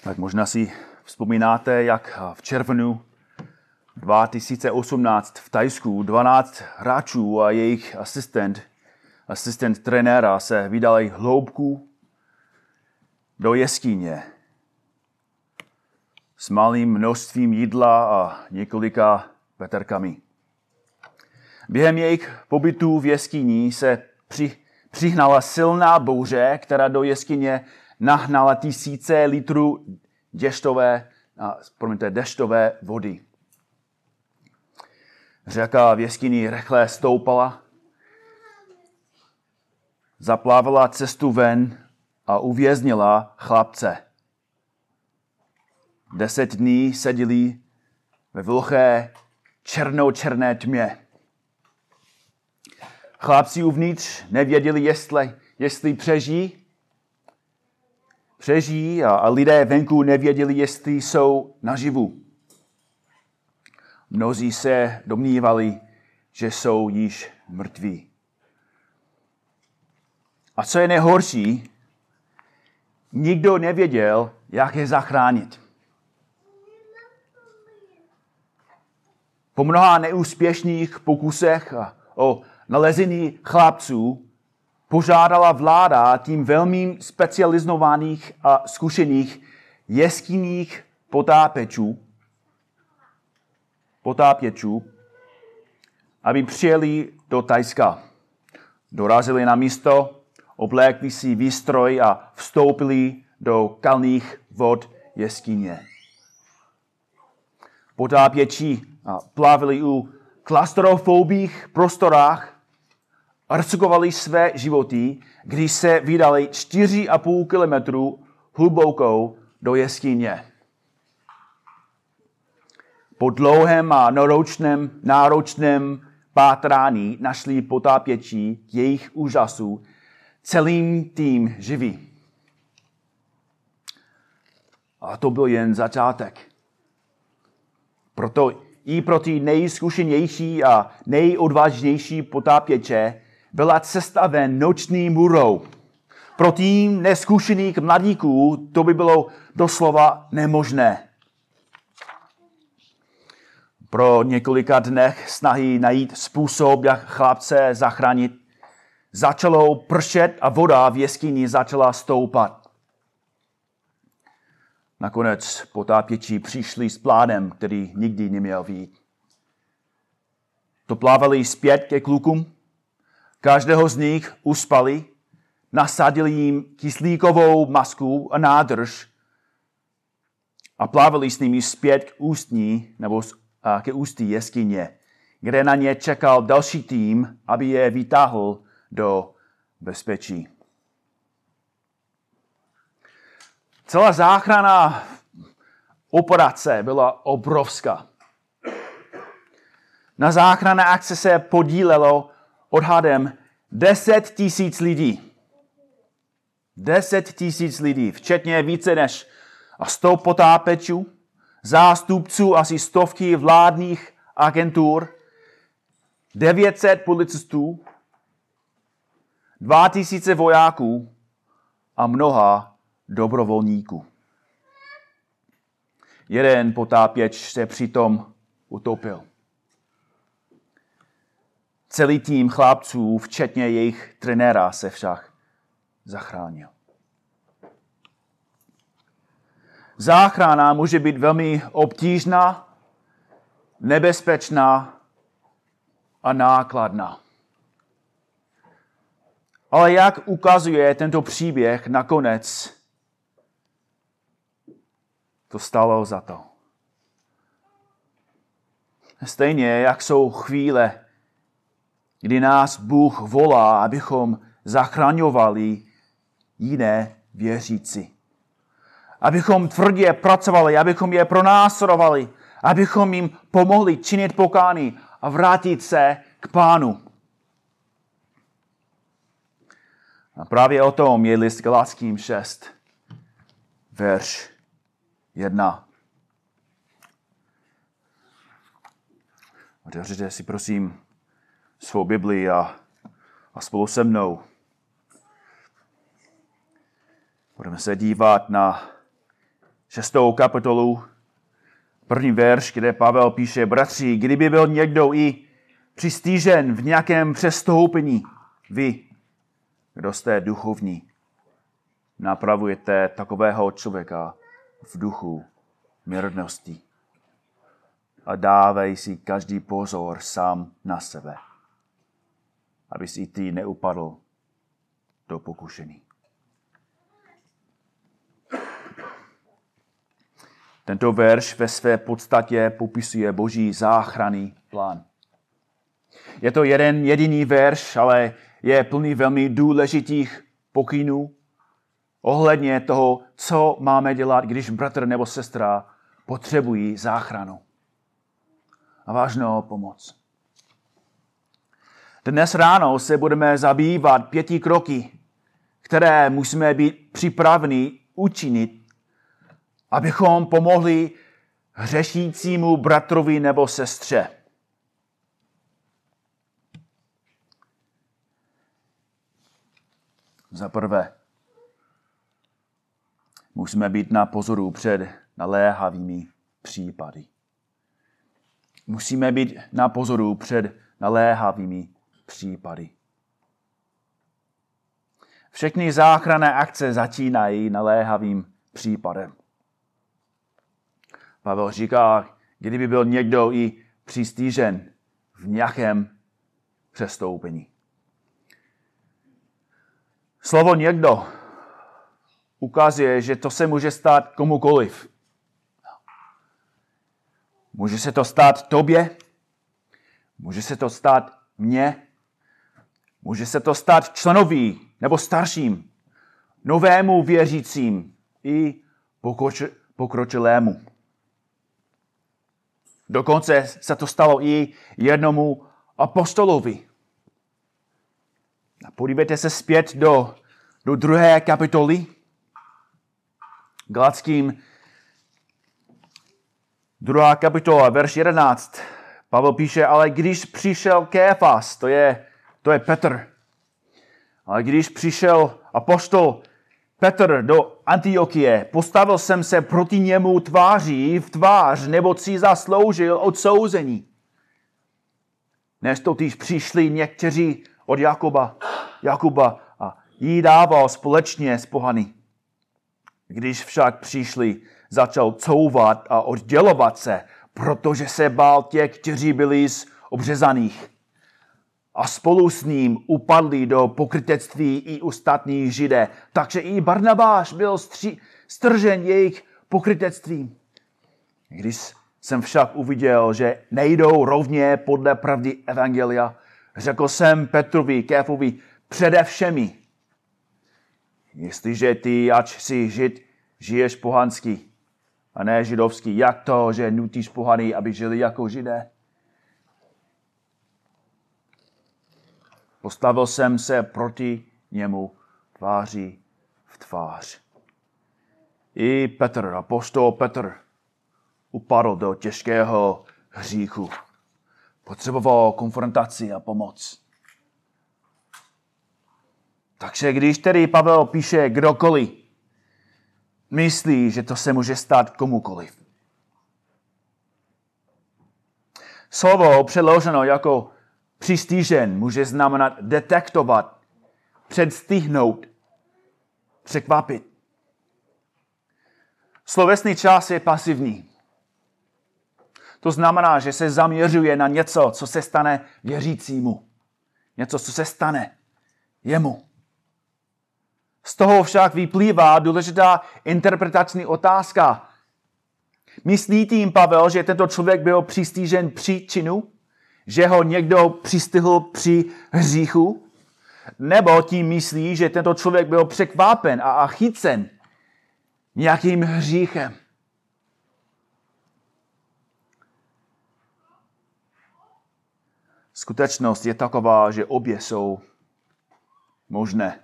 Tak možná si vzpomínáte, jak v červnu 2018 v Thajsku 12 hráčů a jejich asistent trenéra se vydali hloubku do jeskyně s malým množstvím jídla a několika veterkami. Během jejich pobytu v jeskyni se přihnala silná bouře, která do jeskyně nahnala tisíce litrů deštové vody. Řeka v jeskyni rychle stoupala, zaplávala cestu ven a uvěznila chlapce. 10 dní seděli ve vlhké černé tmě. Chlapci uvnitř nevěděli, jestli přežijí a lidé venku nevěděli, jestli jsou naživu. Mnozí se domnívali, že jsou již mrtví. A co je nejhorší, nikdo nevěděl, jak je zachránit. Po mnoha neúspěšných pokusech o nalezení chlapců požádala vláda tým velmi specializovaných a zkušených jeskynních potápěčů, aby přijeli do Thajska. Dorazili na místo, oblékli si výstroj a vstoupili do kalných vod jeskyně. Potápěči plavili u klaustrofobních prostorách a riskovali své životy, když se vydali 4,5 kilometru hluboko do jeskyně. Po dlouhém a náročném pátrání našli potápěči k jejich úžasu celým tým živý. A to byl jen začátek. Proto i pro ty nejzkušenější a nejodvážnější potápěče byla cesta ven noční můrou. Pro tým neskušených mladíků to by bylo doslova nemožné. Po několika dnech snahy najít způsob, jak chlapce zachránit, začalo pršet a voda v jeskyni začala stoupat. Nakonec potápěči přišli s plánem, který nikdy neměl vyjít. Doplavali zpět ke klukům, každého z nich uspali, nasadili jim kyslíkovou masku a nádrž a plavili s nimi zpět ke ústí jeskyně, kde na ně čekal další tým, aby je vytáhl do bezpečí. Celá záchranná operace byla obrovská. Na záchranné akce se podílelo odhadem 10 000 lidí. 10 000 lidí, včetně více než 100 potápěčů, zástupců asi stovky vládních agentur, 900 policistů, 2000 vojáků a mnoha dobrovolníků. Jeden potápěč se přitom utopil. Celý tým chlapců, včetně jejich trenéra, se však zachránil. Záchrana může být velmi obtížná, nebezpečná a nákladná. Ale jak ukazuje tento příběh, nakonec to stálo za to. Stejně jak jsou chvíle, kdy nás Bůh volá, abychom zachraňovali jiné věřící. Abychom tvrdě pracovali, abychom je pronásledovali, abychom jim pomohli činit pokání a vrátit se k Pánu. A právě o tom je list Galatským 6, verš 1. Otevřete si prosím svou Bibli a spolu se mnou budeme se dívat na 6. kapitolu, 1. verš, kde Pavel píše: bratři, kdyby byl někdo i přistýžen v nějakém přestoupení, vy, kdo jste duchovní, napravujete takového člověka v duchu mírnosti. A dávej si každý pozor sám na sebe, abys i ty neupadl do pokušení. Tento verš ve své podstatě popisuje Boží záchranný plán. Je to jeden jediný verš, ale je plný velmi důležitých pokynů ohledně toho, co máme dělat, když bratr nebo sestra potřebují záchranu a vážnou pomoc. Dnes ráno se budeme zabývat 5 kroky, které musíme být připraveni učinit, abychom pomohli hřešícímu bratrovi nebo sestře. Za prvé, musíme být na pozoru před naléhavými případy. Musíme být na pozoru před naléhavými případy. Všechny záchranné akce začínají naléhavým případem. Pavel říká, kdyby byl někdo i přistýžen v nějakém přestoupení. Slovo někdo ukazuje, že to se může stát komukoliv. Může se to stát tobě, může se to stát mně, může se to stát členovi nebo starším, novému věřícím i pokročilému. Dokonce se to stalo i jednomu apostolovi. A podívejte se zpět do 2. kapitoly. Galatským 2. kapitola, verš 11. Pavel píše, ale když přišel Kéfas, to je Petr. Ale když přišel apostol Petr do Antiochie, postavil jsem se proti němu tváří v tvář, neboť si zasloužil odsouzení. Než totiž přišli někteří od Jakuba a jí dával společně s pohany. Když však přišli, začal couvat a oddělovat se, protože se bál těch, kteří byli z obřezaných. A spolu s ním upadli do pokrytectví i ostatní Židé. Takže i Barnabáš byl stržen jejich pokrytectvím. Když jsem však uviděl, že nejdou rovně podle pravdy evangelia, řekl jsem Petrovi, Kéfovi, přede všemi: jestliže ty, ač jsi Žid, žiješ pohansky a ne židovský, jak to, že nutíš pohany, aby žili jako Židé? Postavil jsem se proti němu tváří v tvář. I Petr, apoštol Petr, upadl do těžkého hříchu. Potřeboval konfrontaci a pomoc. Takže když tedy Pavel píše kdokoliv, myslí, že to se může stát komukoliv. Slovo přeloženo jako přistýžen může znamenat detektovat, předstihnout, překvapit. Slovesný čas je pasivní. To znamená, že se zaměřuje na něco, co se stane věřícímu. Něco, co se stane jemu. Z toho však vyplývá důležitá interpretační otázka. Myslí tím Pavel, že tento člověk byl přistýžen při činu? Že ho někdo přistihl při hříchu? Nebo tím myslí, že tento člověk byl překvapen a chycen nějakým hříchem? Skutečnost je taková, že obě jsou možné.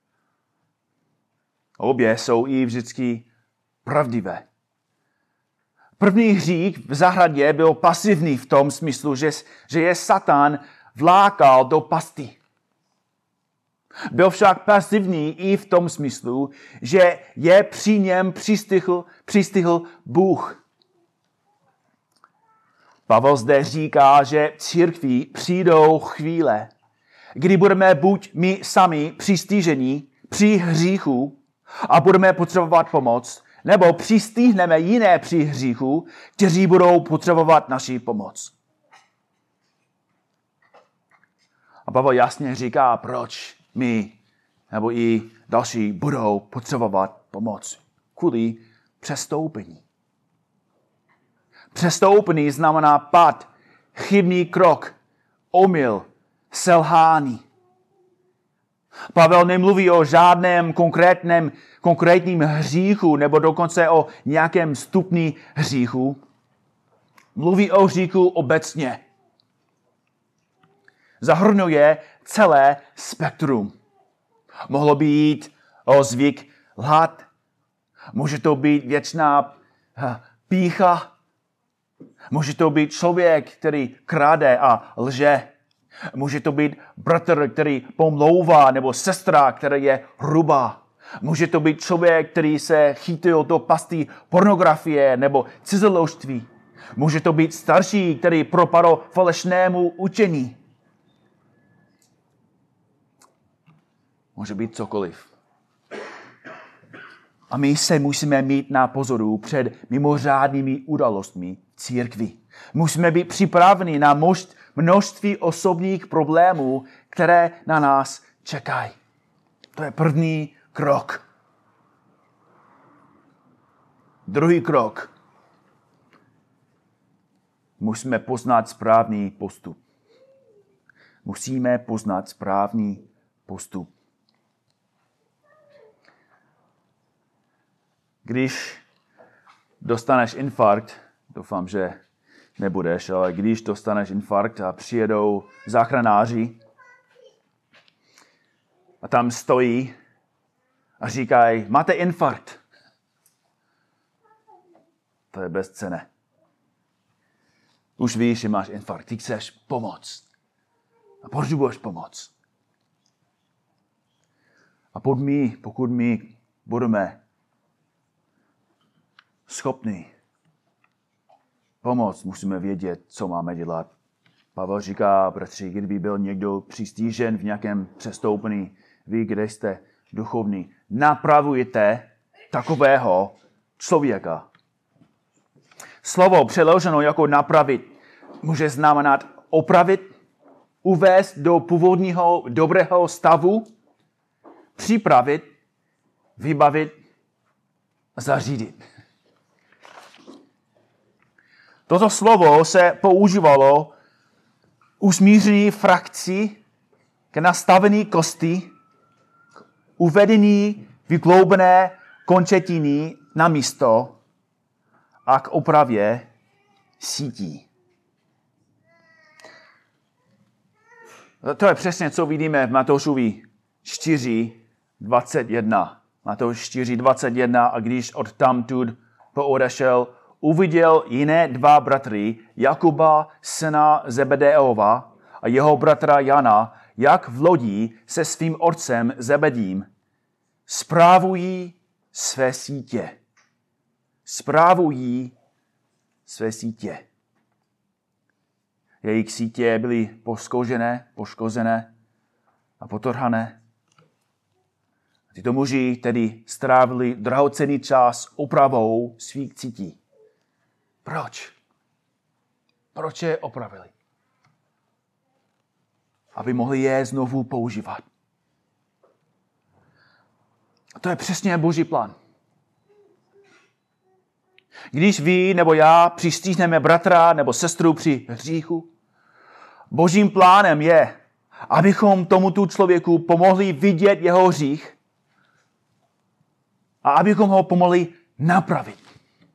Obě jsou i vždycky pravdivé. První hřích v zahradě byl pasivní v tom smyslu, že je Satan vlákal do pasti. Byl však pasivní i v tom smyslu, že je při něm přistihl Bůh. Pavel zde říká, že církví přijdou chvíle, kdy budeme buď my sami přistiženi při hříchu a budeme potřebovat pomoc, nebo přistihneme jiné při hříchu, kteří budou potřebovat naši pomoc. A Pavel jasně říká, proč my nebo i další budou potřebovat pomoc. Kvůli přestoupení. Přestoupení znamená pad, chybný krok, omyl, selhání. Pavel nemluví o žádném konkrétním hříchu nebo dokonce o nějakém stupni hříchu. Mluví o hříchu obecně. Zahrnuje celé spektrum. Mohlo by jít o zvyk lhát. Může to být věčná pýcha. Může to být člověk, který krade a lže. Může to být bratr, který pomlouvá, nebo sestra, která je hrubá. Může to být člověk, který se chytil do pasti pornografie nebo cizoložství. Může to být starší, který propadl falešnému učení. Může být cokoliv. A my se musíme mít na pozoru před mimořádnými událostmi církvi. Musíme být připraveni na množství osobních problémů, které na nás čekají. To je první krok. Druhý krok. Musíme poznat správný postup. Musíme poznat správný postup. Když dostaneš infarkt, doufám, že nebudeš, ale když dostaneš infarkt a přijedou záchranáři a tam stojí a říkají, máte infarkt. To je bezcenné. Už víš, že máš infarkt, ty chceš pomoct. A potřebuješ pomoc. A pokud my budeme schopni pomoct, musíme vědět, co máme dělat. Pavel říká, bratři, kdyby byl někdo přistižen v nějakém přestoupení, vy, kde jste duchovní, napravujete takového člověka. Slovo přeloženo jako napravit může znamenat opravit, uvést do původního dobrého stavu, připravit, vybavit, zařídit. Toto slovo se používalo u smíření frakcí k nastavení kosti, k uvedení vykloubené končetiny na místo a k opravě sítí. To je přesně, co vidíme v Matoušovi 4:21. Matouš 4:21 a když odtamtud poodešel, uviděl jiné dva bratry, Jakuba, syna Zebedeova a jeho bratra Jana, jak v lodi se svým otcem Zebedím správují své sítě. Správují své sítě. Jejich sítě byly poškozené a potrhané. Tyto muži tedy strávili drahocenný čas opravou svých sítí. Proč? Proč je opravili? Aby mohli je znovu používat. A to je přesně Boží plán. Když vy nebo já přistihneme bratra nebo sestru při hříchu, Božím plánem je, abychom tomuto člověku pomohli vidět jeho hřích a abychom ho pomohli napravit.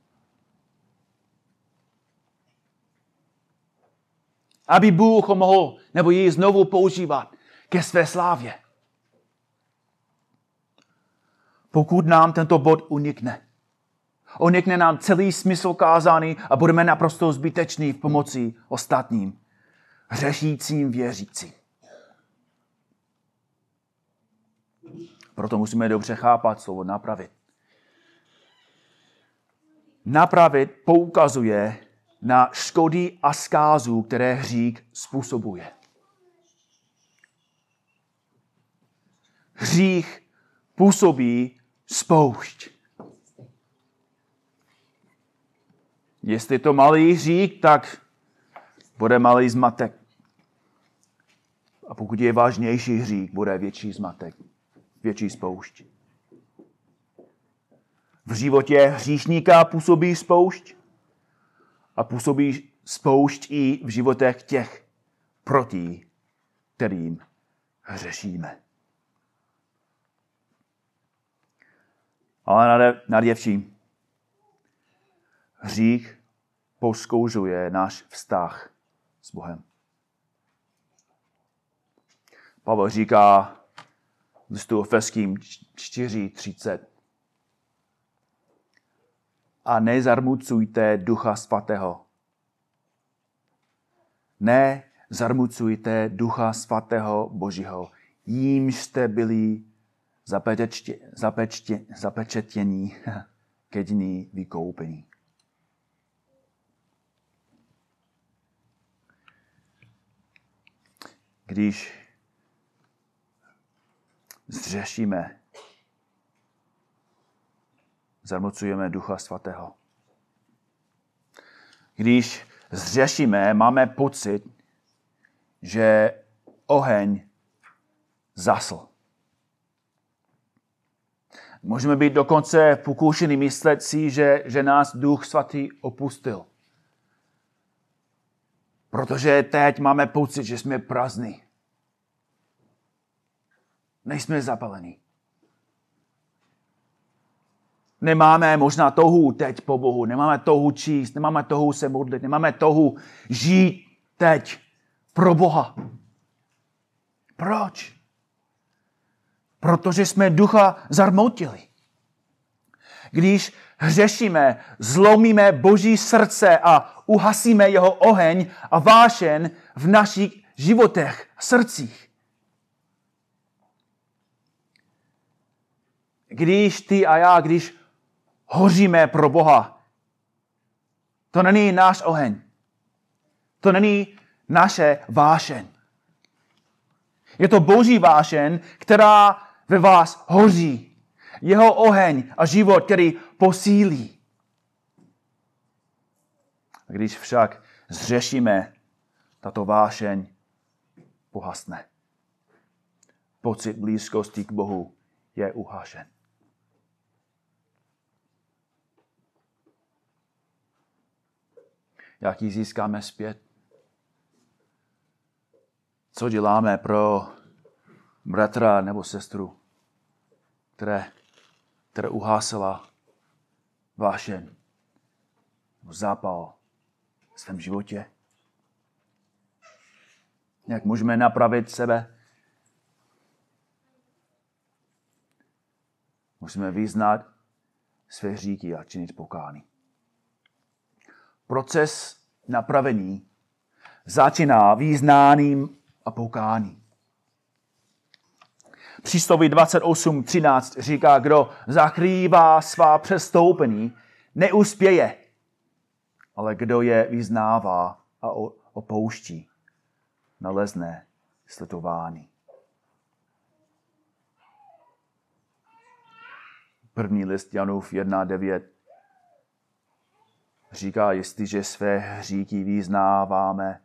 Aby Bůh ho mohl nebo ji znovu používat ke své slávě. Pokud nám tento bod unikne nám celý smysl kázání a budeme naprosto zbyteční v pomoci ostatním, hřešícím věřícím. Proto musíme dobře chápat slovo napravit. Napravit poukazuje na škody a zkázu, které hřích způsobuje. Hřích působí spoušť. Jestli to malý hřích, tak bude malý zmatek. A pokud je vážnější hřích, bude větší zmatek, větší spoušť. V životě hříšníka působí spoušť a působí spoušť i v životech těch, proti kterým hřešíme. Ale nad vším, hřích poškozuje náš vztah s Bohem. Pavel říká v listu Efeským 4:30. A nezarmucujte Ducha Svatého. Nezarmucujte Ducha Svatého Božího, jímž jste byli zapečetění ke dni vykoupení. Když zřešíme, zarmucujeme Ducha Svatého. Když zřešíme, máme pocit, že oheň zasl. Můžeme být dokonce pokušeni myslet si, že nás Duch Svatý opustil. Protože teď máme pocit, že jsme prázdní. Nejsme zapalení. Nemáme možná touhu teď po Bohu, nemáme touhu číst, nemáme touhu se modlit, nemáme touhu žít teď pro Boha. Proč? Protože jsme Ducha zarmoutili. Když hřešíme, zlomíme Boží srdce a uhasíme jeho oheň a vášeň v našich životech a srdcích. Když ty a já, když hoříme pro Boha, to není náš oheň. To není naše vášeň. Je to Boží vášeň, která ve vás hoří. Jeho oheň a život, který posílí. A když však zřešíme, tato vášeň pohasne. Pocit blízkosti k Bohu je uhašen. Jak ji získáme zpět? Co děláme pro bratra nebo sestru, které uhásila vášeň nebo zápal v svém životě? Jak můžeme napravit sebe? Musíme vyznat své hříchy a činit pokání. Proces napravení začíná vyznáním a pokáním. Přísloví 28:13 říká, kdo zakrývá svá přestoupení, neuspěje, ale kdo je vyznává a opouští, nalezne slitování. První list Janův 1:9 říká, jestliže své hříchy vyznáváme,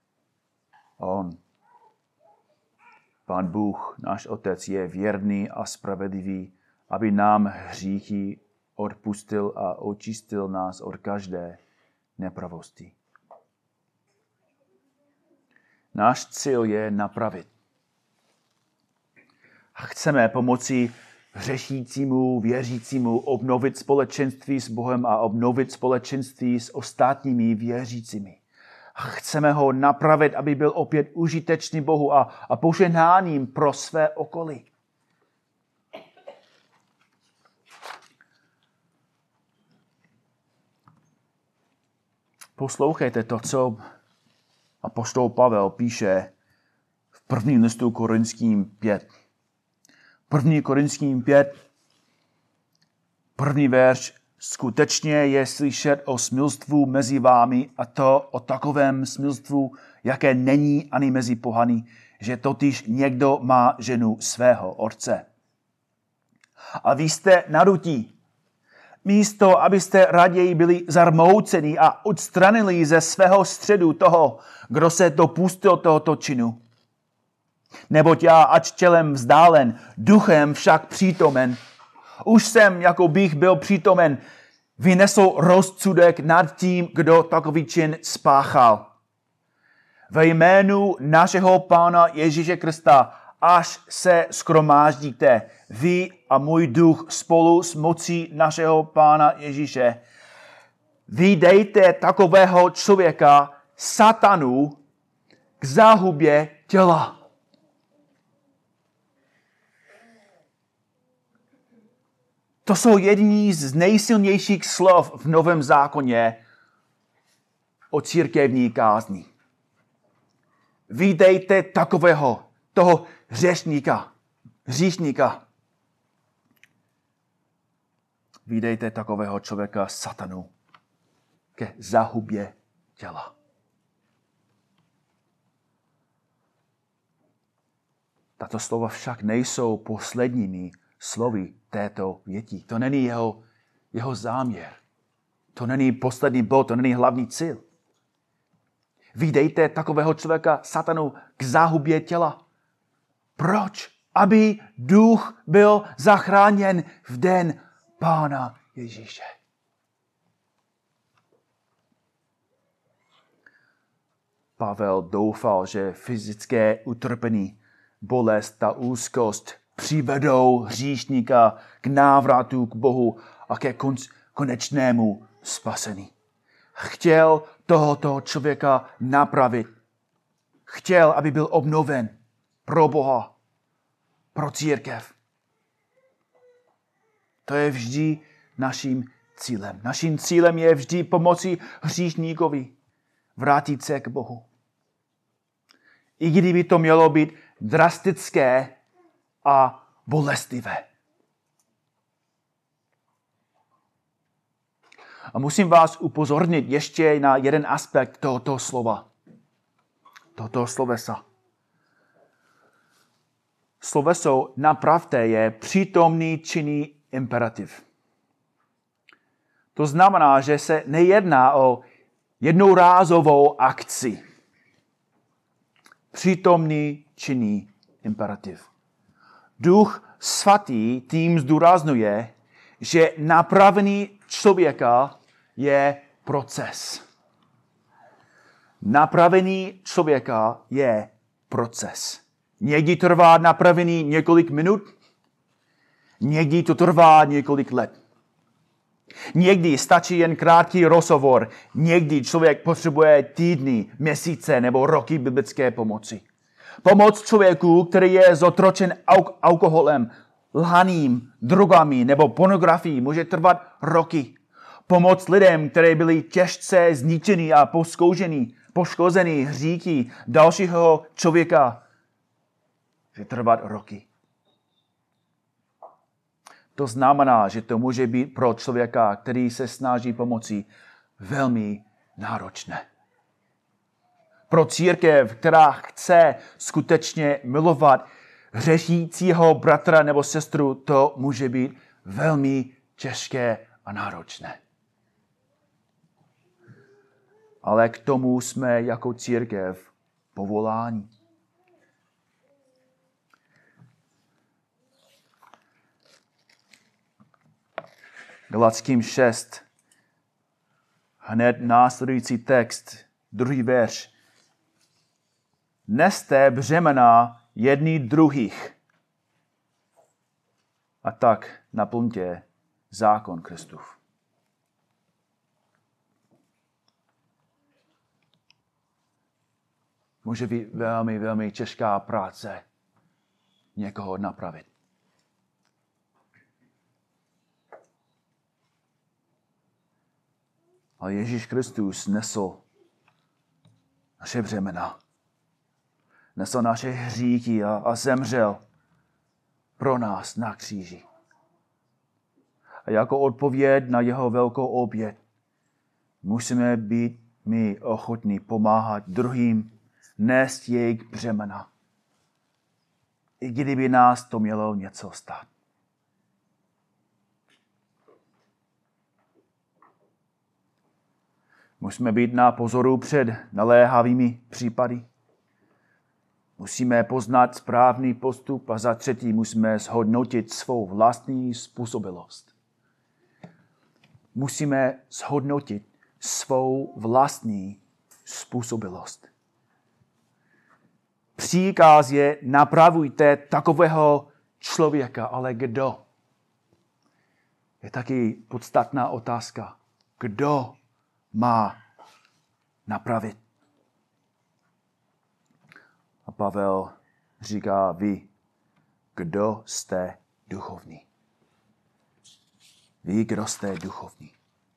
Pán Bůh, náš Otec, je věrný a spravedlivý, aby nám hříchy odpustil a očistil nás od každé nepravosti. Náš cíl je napravit. A chceme pomoci hřešícímu, věřícímu obnovit společenství s Bohem a obnovit společenství s ostatními věřícími. A chceme ho napravit, aby byl opět užitečný Bohu a požehnáním pro své okolí. Poslouchejte to, co apoštol Pavel píše v prvním listu Korinským 5. 1. Korinským 5, 1. verš. Skutečně je slyšet o smilstvu mezi vámi, a to o takovém smilstvu, jaké není ani mezi pohany, že totiž někdo má ženu svého otce. A vy jste nadutí. Místo, abyste raději byli zarmouceni a odstranili ze svého středu toho, kdo se dopustil tohoto činu. Neboť já, ač tělem vzdálen, duchem však přítomen, už jsem, jako bych byl přítomen, vynesl rozsudek nad tím, kdo takový čin spáchal. Ve jménu našeho Pána Ježíše Krista, až se shromáždíte, vy a můj duch spolu s mocí našeho Pána Ježíše, vydejte takového člověka satanu k záhubě těla. To jsou jední z nejsilnějších slov v Novém zákoně o církevní kázni. Vydejte takového, toho hříšníka. Vydejte takového člověka satanu ke záhubě těla. Tato slova však nejsou posledními slovy této věti. To není jeho záměr. To není poslední bod, to není hlavní cíl. Vydejte takového člověka satanu k záhubě těla. Proč? Aby duch byl zachráněn v den Pána Ježíše. Pavel doufal, že fyzické utrpení, bolest a úzkost přivedou hříšníka k návratu k Bohu a ke konečnému spasení. Chtěl tohoto člověka napravit. Chtěl, aby byl obnoven pro Boha, pro církev. To je vždy naším cílem. Naším cílem je vždy pomoci hříšníkovi vrátit se k Bohu. I kdyby to mělo být drastické a bolestivé. A musím vás upozornit ještě na jeden aspekt tohoto slova. Tohoto slovesa. Sloveso napravte je přítomný činný imperativ. To znamená, že se nejedná o jednorázovou akci. Přítomný činný imperativ. Duch svatý tím zdůrazňuje, že napravený člověka je proces. Napravený člověka je proces. Někdy trvá napravený několik minut, někdy to trvá několik let. Někdy stačí jen krátký rozhovor, někdy člověk potřebuje týdny, měsíce nebo roky biblické pomoci. Pomoc člověku, který je zotročen alkoholem, lhaním, drogami nebo pornografií, může trvat roky. Pomoc lidem, kteří byli těžce zničeni a poškozeni hříchy dalšího člověka, může trvat roky. To znamená, že to může být pro člověka, který se snaží pomoci, velmi náročné. Pro církev, která chce skutečně milovat hřešícího bratra nebo sestru, to může být velmi těžké a náročné. Ale k tomu jsme jako církev povoláni. Galackým 6. Hned následující text, 2. verš. Neste břemena jedni druhých. A tak naplňte zákon Kristův. Může být velmi, velmi těžká práce někoho napravit. Ale Ježíš Kristus nesl naše břemena. Nesl naše hříchy a zemřel pro nás na kříži. A jako odpověď na jeho velkou oběť musíme být my ochotní pomáhat druhým nést jejich břemena, i kdyby nás to mělo něco stát. Musíme být na pozoru před naléhavými případy. Musíme poznat správný postup a za třetí musíme zhodnotit svou vlastní způsobilost. Musíme zhodnotit svou vlastní způsobilost. Příkaz je napravujte takového člověka, ale kdo? Je taky podstatná otázka. Kdo má napravit? A Pavel říká, vy, kdo jste duchovní. Vy, kdo jste duchovní.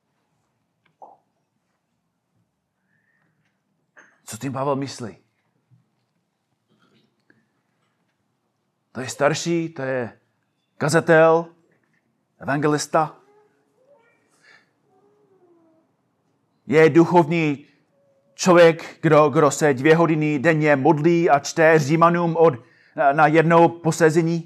Co tím Pavel myslí? To je starší, to je kazatel, evangelista. Je duchovní člověk, kdo se 2 hodiny denně modlí a čte Římanům na jedno posezení.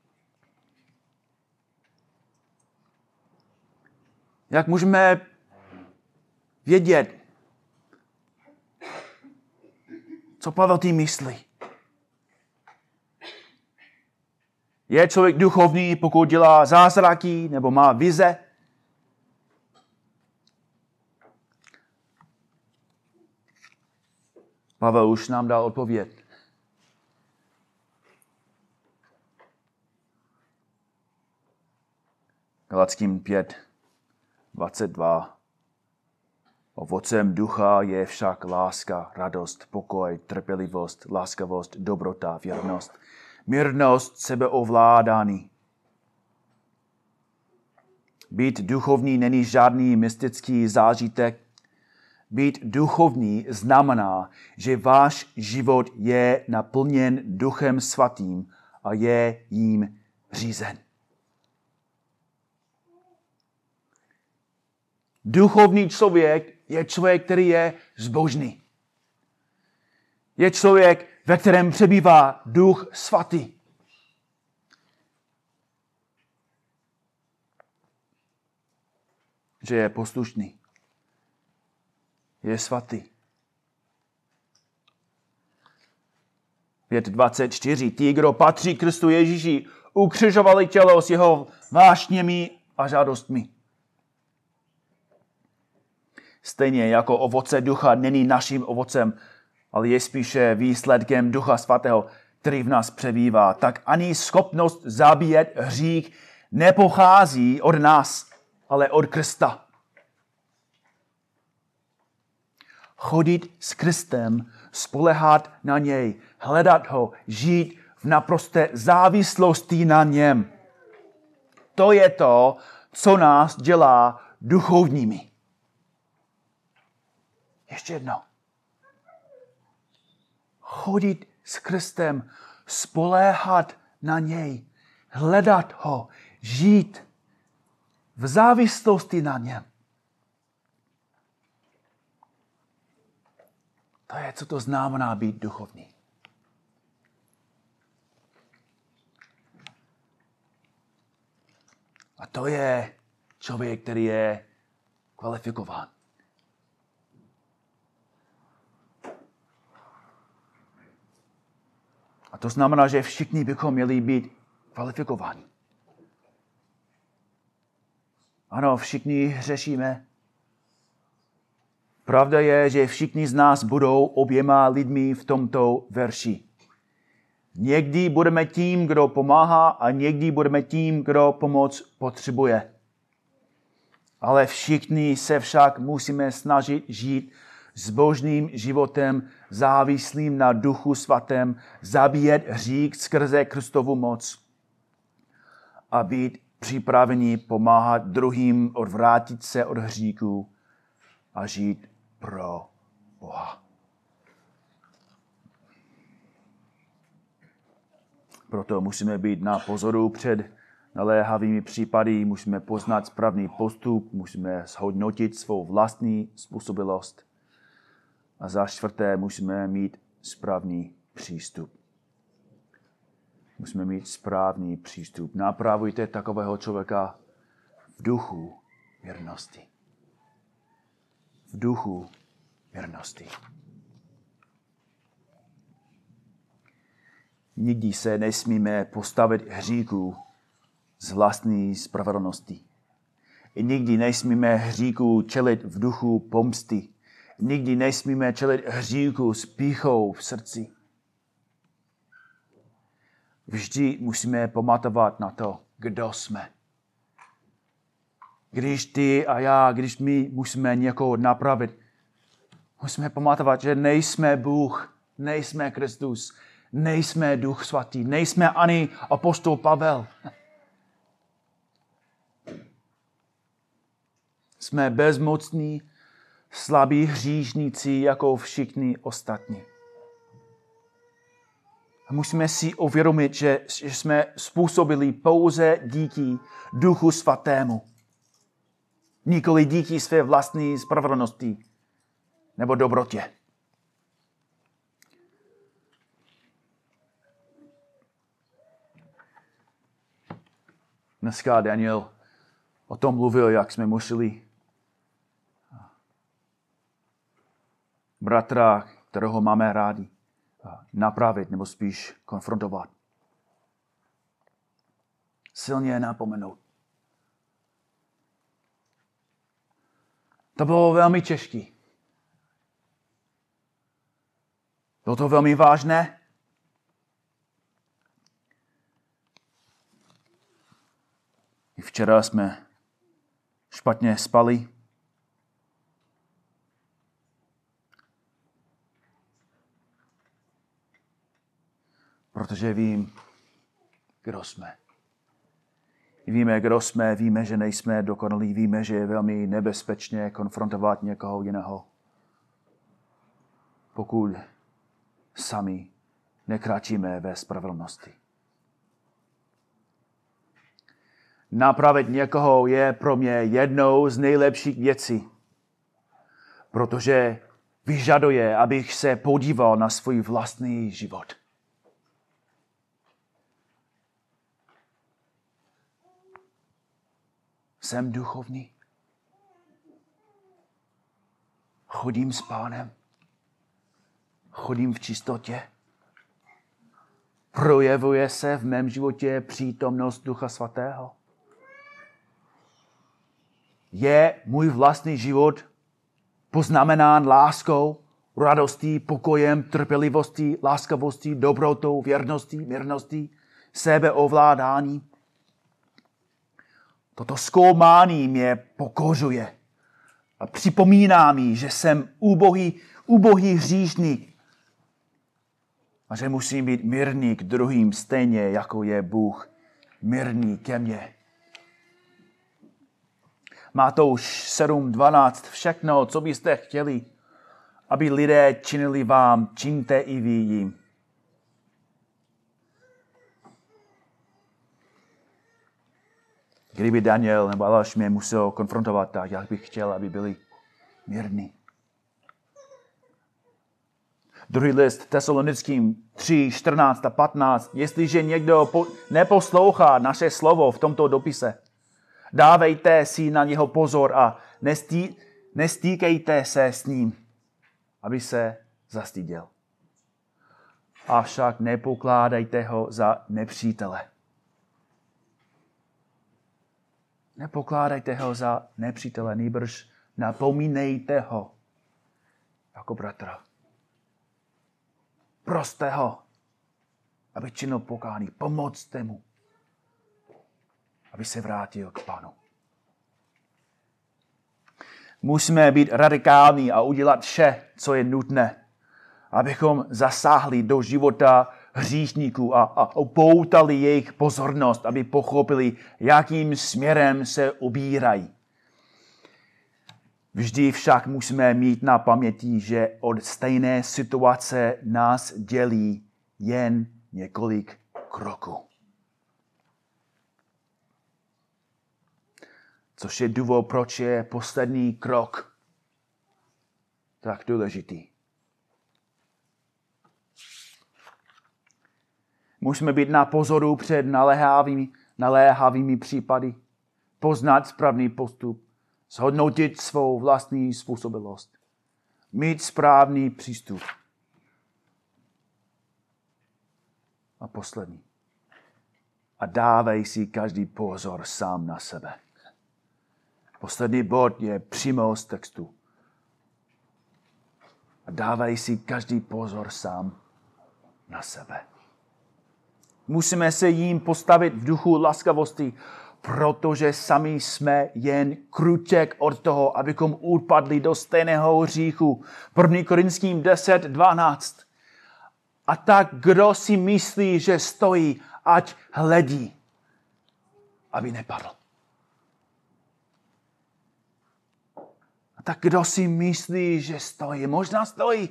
Jak můžeme vědět, co Pavel tím myslí? Je člověk duchovní, pokud dělá zázraky nebo má vize? Pavel už nám dal odpověď. Galackým 5:22. Ovocem ducha je však láska, radost, pokoj, trpělivost, laskavost, dobrota, věrnost, mírnost, sebeovládání. Být duchovní není žádný mystický zážitek. Být duchovní znamená, že váš život je naplněn Duchem Svatým a je jím řízen. Duchovní člověk je člověk, který je zbožný. Je člověk, ve kterém přebývá Duch Svatý. Že je poslušný. Je svatý. 5:24. Ti, kdo patří Kristu Ježíši, ukřižovali tělo s jeho vášněmi a žádostmi. Stejně jako ovoce ducha není naším ovocem, ale je spíše výsledkem Ducha Svatého, který v nás přebývá, tak ani schopnost zabíjet hřích nepochází od nás, ale od Krista. Chodit s Kristem, spoléhat na něj, hledat ho, žít v naprosté závislosti na něm. To je to, co nás dělá duchovními. Ještě jednou. Chodit s Kristem, spoléhat na něj, hledat ho, žít v závislosti na něm. To je, co to znamená být duchovní. A to je člověk, který je kvalifikován. A to znamená, že všichni bychom měli být kvalifikováni. Ano, všichni hřešíme. Pravda je, že všichni z nás budou oběma lidmi v tomto verši. Někdy budeme tím, kdo pomáhá, a někdy budeme tím, kdo pomoc potřebuje. Ale všichni se však musíme snažit žít zbožným životem, závislým na Duchu Svatém, zabíjet hřích skrze Kristovu moc a být připraveni pomáhat druhým odvrátit se od hříchu a žít pro Boha. Proto musíme být na pozoru před naléhavými případy, musíme poznat správný postup, musíme zhodnotit svou vlastní způsobilost. A za čtvrté musíme mít správný přístup. Musíme mít správný přístup. Napravujte takového člověka v duchu věrnosti. V duchu věrnosti. Nikdy se nesmíme postavit hříchu z vlastní spravedlnosti. I nikdy nesmíme hříchu čelit v duchu pomsty. Nikdy nesmíme čelit hříchu s pýchou v srdci. Vždy musíme pamatovat na to, kdo jsme. Když ty a já, když my musíme někoho napravit, musíme pamatovat, že nejsme Bůh, nejsme Kristus, nejsme Duch Svatý, nejsme ani apostol Pavel. Jsme bezmocní, slabí hříšníci jako všichni ostatní. A musíme si uvědomit, že jsme způsobili pouze díky Duchu Svatému. Nikoli díky své vlastní spravedlnosti nebo dobrotě. Dneska Daniel o tom mluvil, jak jsme museli bratra, kterého máme rádi, napravit nebo spíš konfrontovat. Silně napomenout. To bylo velmi těžké. Bylo to velmi vážné. I včera jsme špatně spali. Protože vím, kdo jsme. Víme, kdo jsme, víme, že nejsme dokonalí, víme, že je velmi nebezpečné konfrontovat někoho jiného. Pokud sami nekráčíme ve spravedlnosti. Napravit někoho je pro mě jednou z nejlepších věcí, protože vyžaduje, abych se podíval na svůj vlastní život. Jsem duchovní. Chodím s Pánem. Chodím v čistotě. Projevuje se v mém životě přítomnost Ducha Svatého. Je můj vlastní život poznamenán láskou, radostí, pokojem, trpělivostí, láskavostí, dobrotou, věrností, mírností, sebeovládání. Toto zkoumání mě pokořuje a připomíná mi, že jsem ubohý hříšník a že musím být mírný k druhým stejně, jako je Bůh mírný ke mně. Matouš 7:12. Všechno, co byste chtěli, aby lidé činili vám, čiňte i vy jim. Kdyby Daniel nebo Aleš mě musel konfrontovat, tak jak bych chtěl, aby byli mírní. Druhý list Tesalonickým 3:14 a 15. Jestliže někdo neposlouchá naše slovo v tomto dopise, dávejte si na něho pozor a nestýkejte se s ním, aby se zastyděl. Avšak nepokládejte ho za nepřítele. Nepokládejte ho za nepřítele, nýbrž napomínejte ho jako bratra. Proste ho, aby činil pokání. Pomocte mu, aby se vrátil k Pánu. Musíme být radikální a udělat vše, co je nutné, abychom zasáhli do života hříšníků a upoutali jejich pozornost, aby pochopili, jakým směrem se ubírají. Vždy však musíme mít na paměti, že od stejné situace nás dělí jen několik kroku. Což je důvod, proč je poslední krok tak důležitý. Musíme být na pozoru před naléhavými případy, poznat správný postup, zhodnotit svou vlastní způsobilost, mít správný přístup. A poslední. A dávej si každý pozor sám na sebe. Poslední bod je přímo z textu. A dávej si každý pozor sám na sebe. Musíme se jim postavit v duchu laskavosti, protože sami jsme jen kruček od toho, abychom upadli do stejného hříchu. 1. Korinským 10:12. A tak kdo si myslí, že stojí, ať hledí, aby nepadl. A tak kdo si myslí, že stojí, možná stojí.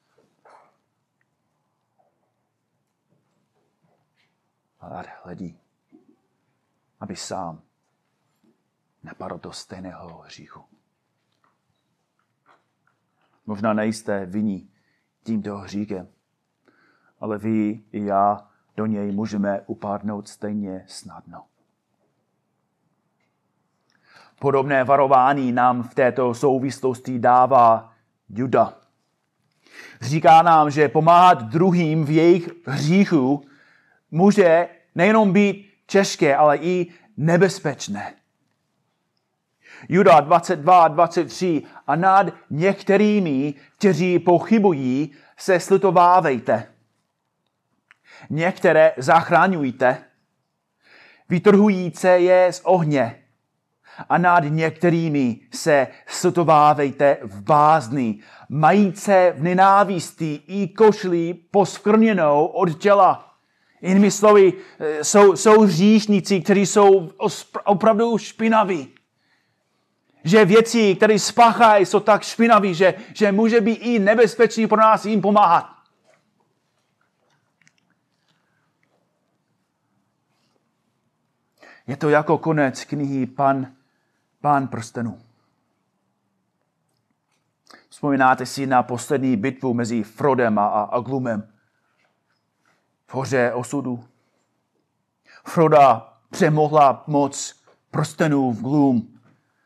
Ale ať hledí, aby sám nepadl do stejného hříchu. Možná nejste vinní tímto hříchem, ale vy i já do něj můžeme upadnout stejně snadno. Podobné varování nám v této souvislosti dává Juda. Říká nám, že pomáhat druhým v jejich hříchu může nejenom být těžké, ale i nebezpečné. Juda 22:23. A nad některými, kteří pochybují, se slitovávejte. Některé zachraňujte, vytrhujíce je z ohně. A nad některými se slitovávejte v bázni, majíce v nenávisti i košli poskvrněnou od těla. Jinými slovy, jsou hříšníci, kteří jsou opravdu špinaví. Že věci, které spáchají, jsou tak špinaví, že může být i nebezpečný pro nás jim pomáhat. Je to jako konec knihy Pán prstenů. Vzpomínáte si na poslední bitvu mezi Frodem a Glumem v hoře osudu. Froda přemohla moc prstenů v Glum.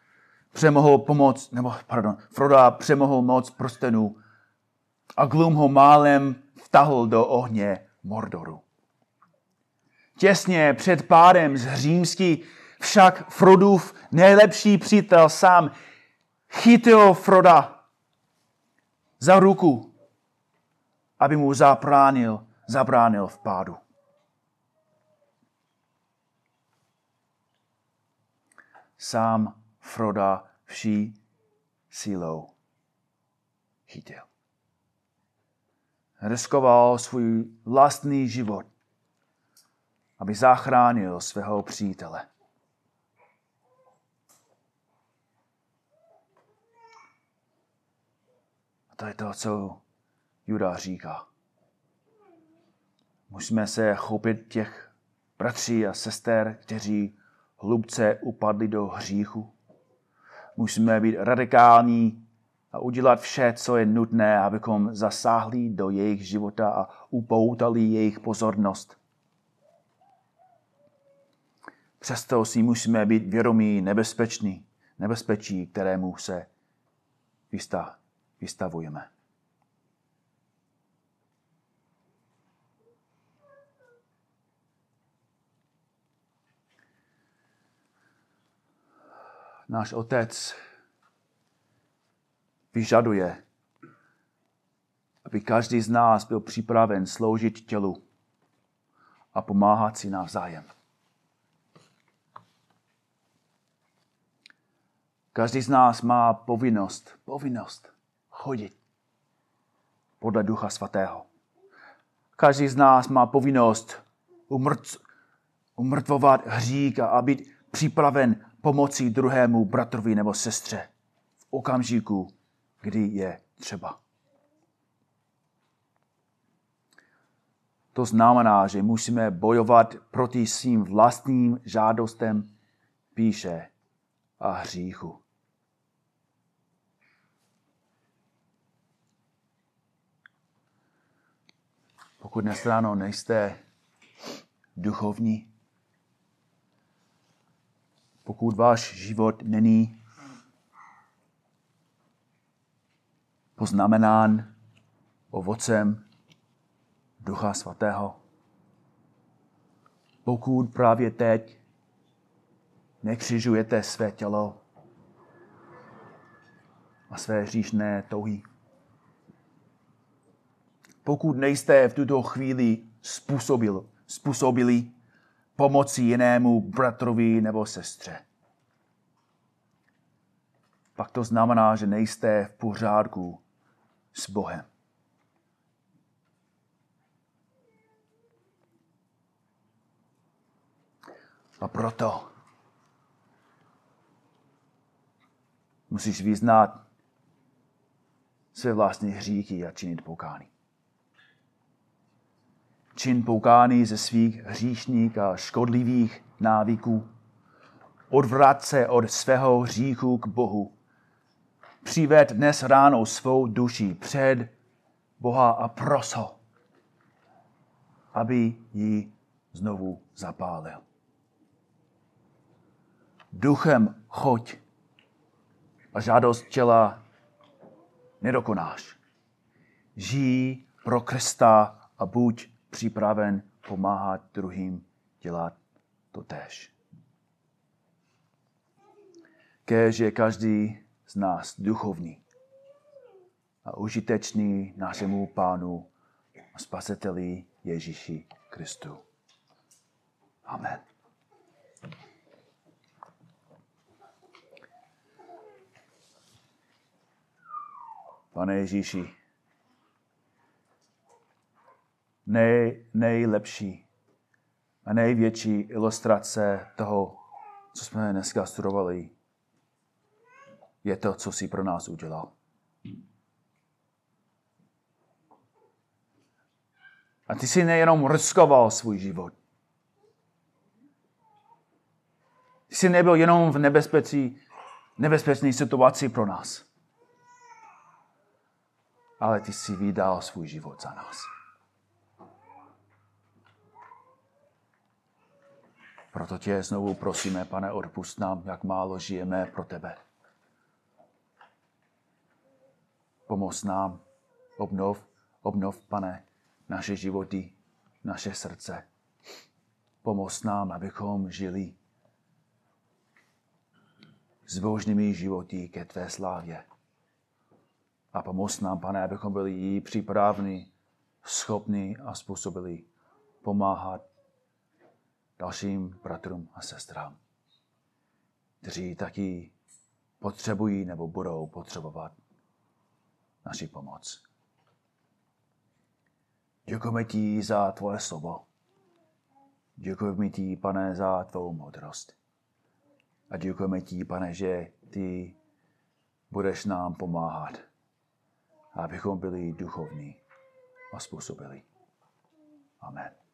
Froda přemohl moc prstenů a Glum ho málem vtahl do ohně Mordoru. Těsně před pádem z Římsky však Frodův nejlepší přítel sám chytil Froda za ruku, aby mu zabránil v pádu. Sám Froda vší sílou chytil. Riskoval svůj vlastní život, aby zachránil svého přítele. A to je to, co Juda říká. Musíme se chopit těch bratří a sester, kteří hlubce upadli do hříchu. Musíme být radikální a udělat vše, co je nutné, abychom zasáhli do jejich života a upoutali jejich pozornost. Přesto si musíme být vědomí nebezpečí, kterému se vystavujeme. Náš Otec vyžaduje, aby každý z nás byl připraven sloužit tělu a pomáhat si navzájem. Každý z nás má povinnost chodit podle Ducha Svatého. Každý z nás má povinnost umrtvovat hřích a být připraven pomoci druhému bratrovi nebo sestře v okamžiku, kdy je třeba. To znamená, že musíme bojovat proti svým vlastním žádostem, píše, a hříchu. Pokud dnes ráno nejste duchovní, pokud váš život není poznamenán ovocem Ducha Svatého, pokud právě teď nekřižujete své tělo a své hříšné touhy, pokud nejste v tuto chvíli způsobili pomoci jinému bratrovi nebo sestře, pak to znamená, že nejste v pořádku s Bohem. A proto musíš vyznat své vlastní hříchy a činit pokání. Čin pokání ze svých hříšných a škodlivých návyků. Odvrať se od svého hříchu k Bohu. Přived dnes ráno svou duši před Boha a pros ho, aby ji znovu zapálil. Duchem choď a žádost těla nedokonáš. Žij pro Krista a buď připraven pomáhat druhým dělat to též. Kéž je každý z nás duchovní a užitečný našemu Pánu a Spasiteli Ježíši Kristu. Amen. Pane Ježíši, nejlepší a největší ilustrace toho, co jsme dneska studovali, je to, co jsi pro nás udělal. A ty jsi nejenom riskoval svůj život. Ty jsi nebyl jenom v nebezpečné situaci pro nás. Ale ty jsi vydal svůj život za nás. Proto tě znovu prosíme, Pane, odpusť nám, jak málo žijeme pro tebe. Pomoz nám, obnov, Pane, naše životy, naše srdce. Pomoz nám, abychom žili zbožnými životy ke tvé slávě. A pomoz nám, Pane, abychom byli jí připraveni, schopni a způsobili pomáhat dalším bratrům a sestrám, kteří taky potřebují nebo budou potřebovat naši pomoc. Děkujeme ti za tvoje slovo. Děkujeme ti, Pane, za tvou moudrost. A děkujeme ti, Pane, že ty budeš nám pomáhat, abychom byli duchovní a způsobili. Amen.